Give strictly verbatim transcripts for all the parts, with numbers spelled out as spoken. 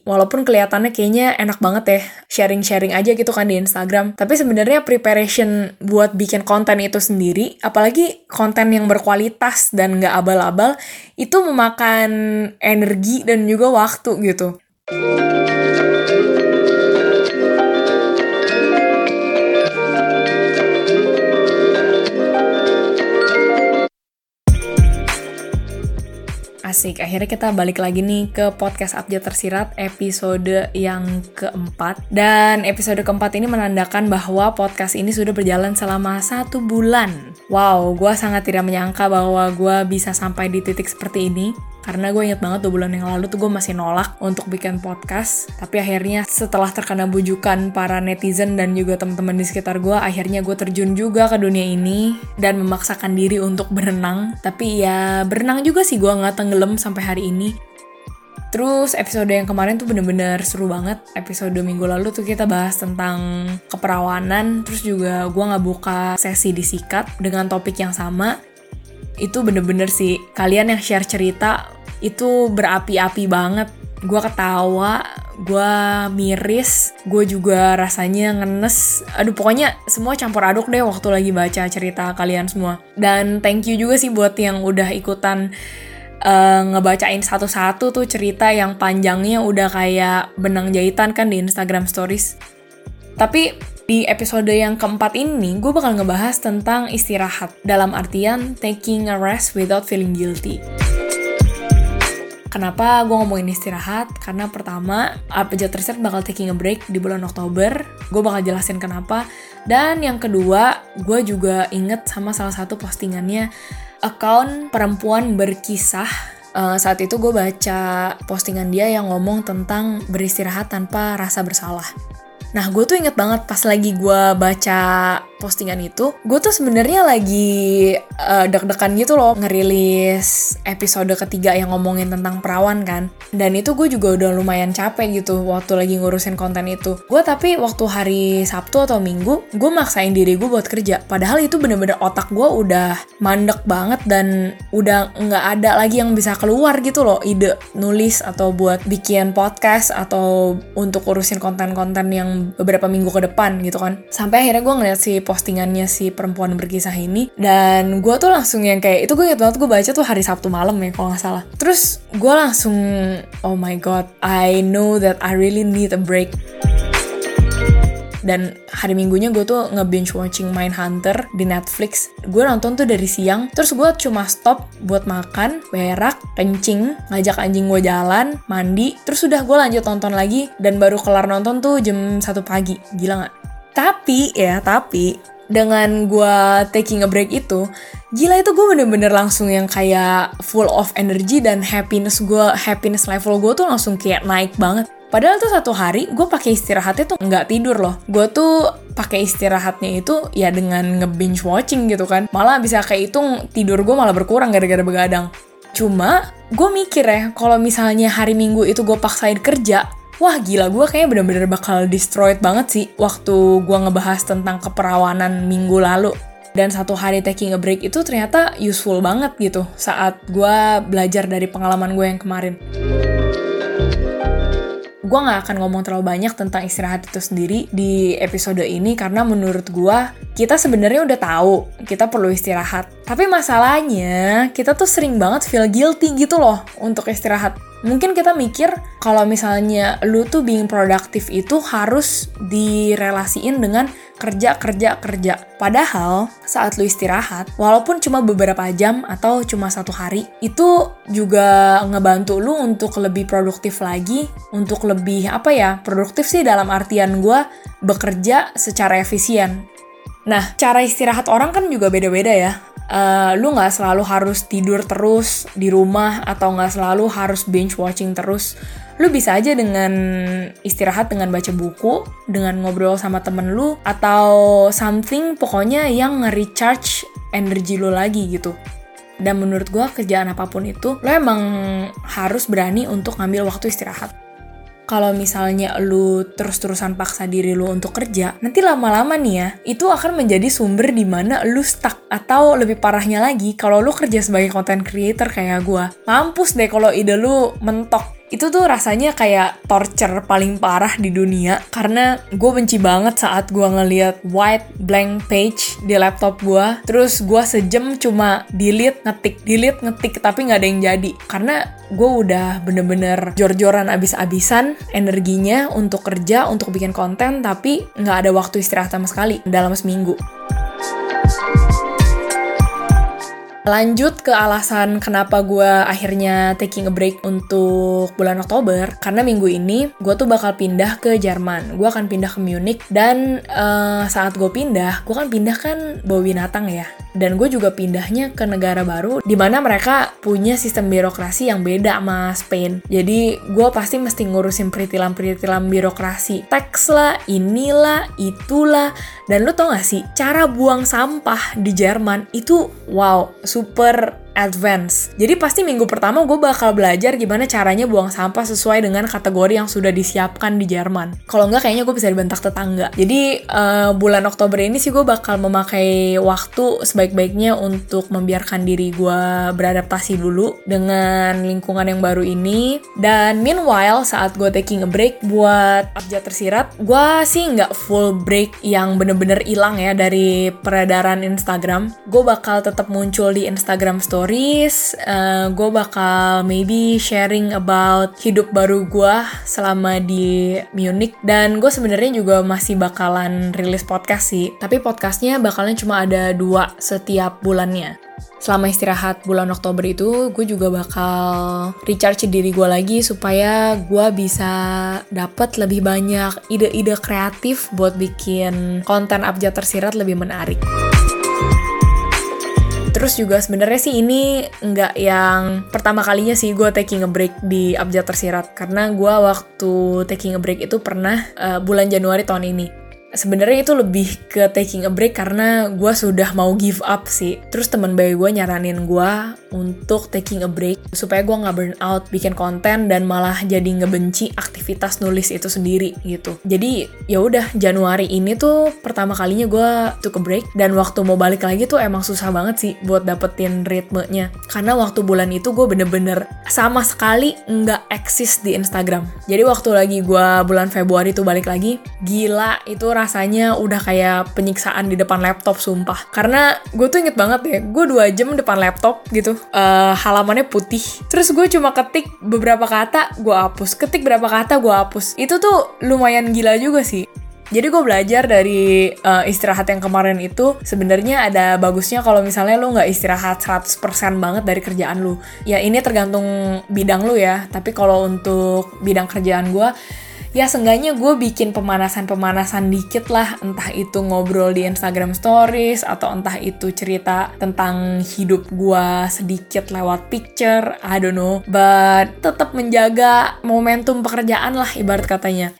Walaupun kelihatannya kayaknya enak banget ya, sharing-sharing aja gitu kan di Instagram. Tapi sebenarnya preparation buat bikin konten itu sendiri, apalagi konten yang berkualitas dan nggak abal-abal, itu memakan energi dan juga waktu gitu. Asik, akhirnya kita balik lagi nih ke podcast Abjad Tersirat episode yang keempat. Dan episode keempat ini menandakan bahwa podcast ini sudah berjalan selama satu bulan. Wow, gue sangat tidak menyangka bahwa gue bisa sampai di titik seperti ini. Karena gue inget banget dua bulan yang lalu tuh gue masih nolak untuk bikin podcast. Tapi akhirnya setelah terkena bujukan para netizen dan juga teman-teman di sekitar gue, akhirnya gue terjun juga ke dunia ini dan memaksakan diri untuk berenang. Tapi ya berenang juga sih, gue gak tenggelam sampai hari ini. Terus episode yang kemarin tuh bener-bener seru banget. Episode minggu lalu tuh kita bahas tentang keperawanan. Terus juga gue gak buka sesi di Sikat dengan topik yang sama. Itu bener-bener sih, kalian yang share cerita itu berapi-api banget. Gue ketawa, gue miris, gue juga rasanya ngenes. Aduh, pokoknya semua campur aduk deh waktu lagi baca cerita kalian semua. Dan thank you juga sih buat yang udah ikutan uh, ngebacain satu-satu tuh cerita yang panjangnya udah kayak benang jahitan kan di Instagram Stories. Tapi di episode yang keempat ini, gue bakal ngebahas tentang istirahat. Dalam artian, taking a rest without feeling guilty. Kenapa gue ngomongin istirahat? Karena pertama, Abjad Tersirat bakal taking a break di bulan Oktober. Gue bakal jelasin kenapa. Dan yang kedua, gue juga inget sama salah satu postingannya, account perempuan berkisah. Uh, saat itu gue baca postingan dia yang ngomong tentang beristirahat tanpa rasa bersalah. Nah, gue tuh inget banget pas lagi gue baca postingan itu, gue tuh sebenarnya lagi uh, deg-degan gitu loh ngerilis episode ketiga yang ngomongin tentang perawan kan. Dan itu gue juga udah lumayan capek gitu waktu lagi ngurusin konten itu. Gue tapi waktu hari Sabtu atau Minggu, gue maksain diri gue buat kerja. Padahal itu bener-bener otak gue udah mandek banget dan udah nggak ada lagi yang bisa keluar gitu loh, ide nulis atau buat bikin podcast atau untuk urusin konten-konten yang beberapa minggu ke depan gitu kan. Sampai akhirnya gue ngeliat si postingannya si perempuan berkisah ini, dan gue tuh langsung yang kayak, itu gue inget banget gue baca tuh hari Sabtu malam ya kalau gak salah. Terus gue langsung, oh my god, I know that I really need a break. Dan hari Minggunya gue tuh nge-binge watching Mindhunter di Netflix. Gue nonton tuh dari siang, terus gue cuma stop buat makan, berak, kencing, ngajak anjing gue jalan, mandi, terus udah gue lanjut nonton lagi, dan baru kelar nonton tuh jam satu pagi. Gila gak? Tapi ya, tapi dengan gue taking a break itu, gila itu gue bener-bener langsung yang kayak full of energy, dan happiness gue, happiness level gue tuh langsung kayak naik banget. Padahal tuh satu hari gue pakai istirahatnya tuh nggak tidur loh. Gue tuh pakai istirahatnya itu ya dengan nge-binge watching gitu kan. Malah bisa kehitung tidur gue malah berkurang gara-gara begadang. Cuma gue mikir ya, kalau misalnya hari Minggu itu gue paksain kerja, wah gila, gue kayaknya bener-bener bakal destroyed banget sih waktu gue ngebahas tentang keperawanan minggu lalu. Dan satu hari taking a break itu ternyata useful banget gitu saat gue belajar dari pengalaman gue yang kemarin. Gue gak akan ngomong terlalu banyak tentang istirahat itu sendiri di episode ini, karena menurut gue kita sebenarnya udah tahu kita perlu istirahat. Tapi masalahnya kita tuh sering banget feel guilty gitu loh untuk istirahat. Mungkin kita mikir kalau misalnya lu tuh being productive itu harus direlasiin dengan kerja, kerja, kerja. Padahal saat lu istirahat, walaupun cuma beberapa jam atau cuma satu hari, itu juga ngebantu lu untuk lebih produktif lagi, untuk lebih, apa ya, produktif sih dalam artian gue bekerja secara efisien. Nah, cara istirahat orang kan juga beda-beda ya. Uh, lu gak selalu harus tidur terus di rumah atau gak selalu harus binge watching terus. Lu bisa aja dengan istirahat dengan baca buku, dengan ngobrol sama temen lu, atau something pokoknya yang nge-recharge energi lu lagi gitu. Dan menurut gue kerjaan apapun itu, lu emang harus berani untuk ngambil waktu istirahat. Kalau misalnya lu terus-terusan paksa diri lu untuk kerja, nanti lama-lama nih ya, itu akan menjadi sumber di mana lu stuck. Atau lebih parahnya lagi, kalau lu kerja sebagai content creator kayak gue, mampus deh kalau ide lu mentok. Itu tuh rasanya kayak torture paling parah di dunia, karena gue benci banget saat gue ngeliat white blank page di laptop gue, terus gue sejam cuma delete ngetik delete ngetik tapi nggak ada yang jadi, karena gue udah bener-bener jor-joran abis-abisan energinya untuk kerja, untuk bikin konten, tapi nggak ada waktu istirahat sama sekali dalam seminggu. Lanjut ke alasan kenapa gue akhirnya taking a break untuk bulan Oktober, karena minggu ini gue tuh bakal pindah ke Jerman. Gue akan pindah ke Munich, dan uh, saat gue pindah, gue kan pindah kan bawa binatang ya. Dan gue juga pindahnya ke negara baru, dimana mereka punya sistem birokrasi yang beda sama Spain. Jadi gue pasti mesti ngurusin peritilan-peritilan birokrasi, teks lah, inilah, itulah. Dan lu tau gak sih, cara buang sampah di Jerman itu wow, super advance. Jadi pasti minggu pertama gue bakal belajar gimana caranya buang sampah sesuai dengan kategori yang sudah disiapkan di Jerman. Kalau enggak kayaknya gue bisa dibentak tetangga. Jadi uh, bulan Oktober ini sih gue bakal memakai waktu sebaik-baiknya untuk membiarkan diri gue beradaptasi dulu dengan lingkungan yang baru ini. Dan meanwhile saat gue taking a break buat Abjad Tersirat, gue sih nggak full break yang bener-bener hilang ya dari peredaran Instagram. Gue bakal tetap muncul di Instagram Story. Stories, uh, gue bakal maybe sharing about hidup baru gue selama di Munich, dan gue sebenarnya juga masih bakalan rilis podcast sih, tapi podcastnya bakalnya cuma ada dua setiap bulannya. Selama istirahat bulan Oktober itu, gue juga bakal recharge diri gue lagi supaya gue bisa dapat lebih banyak ide-ide kreatif buat bikin konten Abjad Tersirat lebih menarik. Terus juga sebenarnya sih ini nggak yang pertama kalinya sih gue taking a break di Abjad Tersirat, karena gue waktu taking a break itu pernah uh, bulan Januari tahun ini. Sebenarnya itu lebih ke taking a break karena gue sudah mau give up sih. Terus teman bayi gue nyaranin gue untuk taking a break supaya gue nggak burn out bikin konten dan malah jadi ngebenci aktivitas nulis itu sendiri gitu. Jadi ya udah, Januari ini tuh pertama kalinya gue took a break, dan waktu mau balik lagi tuh emang susah banget sih buat dapetin ritmenya, karena waktu bulan itu gue bener-bener sama sekali nggak eksis di Instagram. Jadi waktu lagi gue bulan Februari tuh balik lagi, gila itu rasanya udah kayak penyiksaan di depan laptop, sumpah. Karena gue tuh inget banget ya, gue dua jam depan laptop gitu, uh, halamannya putih, terus gue cuma ketik beberapa kata, gue hapus, ketik beberapa kata, gue hapus. Itu tuh lumayan gila juga sih. Jadi gue belajar dari uh, istirahat yang kemarin itu, sebenarnya ada bagusnya kalau misalnya lu nggak istirahat seratus persen banget dari kerjaan lu. Ya ini tergantung bidang lu ya, tapi kalau untuk bidang kerjaan gue, ya seenggaknya gue bikin pemanasan-pemanasan dikit lah, entah itu ngobrol di Instagram Stories, atau entah itu cerita tentang hidup gue sedikit lewat picture, I don't know, but tetap menjaga momentum pekerjaan lah ibarat katanya.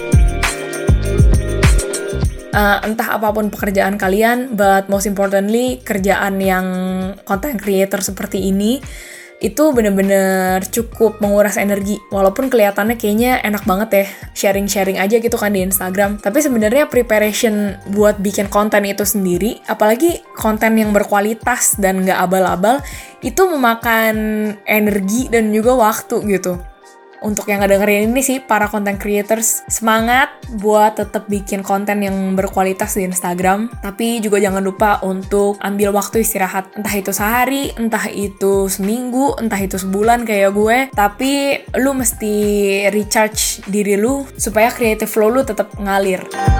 Uh, entah apapun pekerjaan kalian, but most importantly, kerjaan yang content creator seperti ini, itu bener-bener cukup menguras energi. Walaupun kelihatannya kayaknya enak banget ya, sharing-sharing aja gitu kan di Instagram. Tapi sebenarnya preparation buat bikin konten itu sendiri, apalagi konten yang berkualitas dan nggak abal-abal, itu memakan energi dan juga waktu gitu. Untuk yang ngedengerin ini sih, para content creators, semangat buat tetap bikin konten yang berkualitas di Instagram. Tapi juga jangan lupa untuk ambil waktu istirahat. Entah itu sehari, entah itu seminggu, entah itu sebulan kayak gue. Tapi lu mesti recharge diri lu supaya creative flow lu tetap ngalir.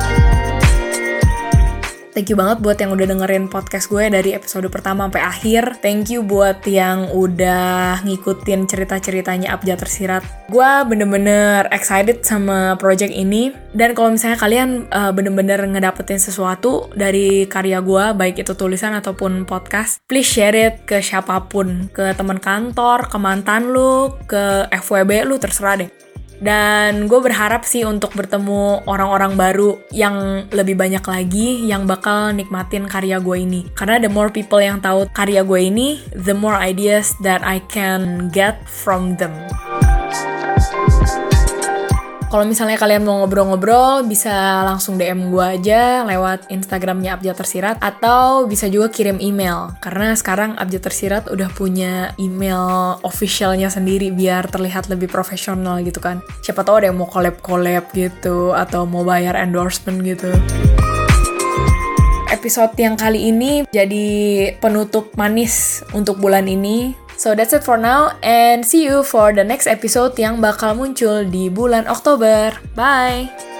Thank you banget buat yang udah dengerin podcast gue dari episode pertama sampai akhir. Thank you buat yang udah ngikutin cerita-ceritanya Abjad Tersirat. Gue bener-bener excited sama project ini. Dan kalau misalnya kalian uh, bener-bener ngedapetin sesuatu dari karya gue, baik itu tulisan ataupun podcast, please share it ke siapapun. Ke teman kantor, ke mantan lu, ke F W B lu, terserah deh. Dan gue berharap sih untuk bertemu orang-orang baru yang lebih banyak lagi yang bakal nikmatin karya gue ini. Karena the more people yang tahu karya gue ini, the more ideas that I can get from them. Kalau misalnya kalian mau ngobrol-ngobrol, bisa langsung D M gue aja lewat Instagramnya Abjad Tersirat, atau bisa juga kirim email. Karena sekarang Abjad Tersirat udah punya email officialnya sendiri biar terlihat lebih profesional gitu kan. Siapa tahu ada yang mau collab-collab gitu, atau mau bayar endorsement gitu. Episode yang kali ini jadi penutup manis untuk bulan ini. So that's it for now, and see you for the next episode yang bakal muncul di bulan Oktober. Bye!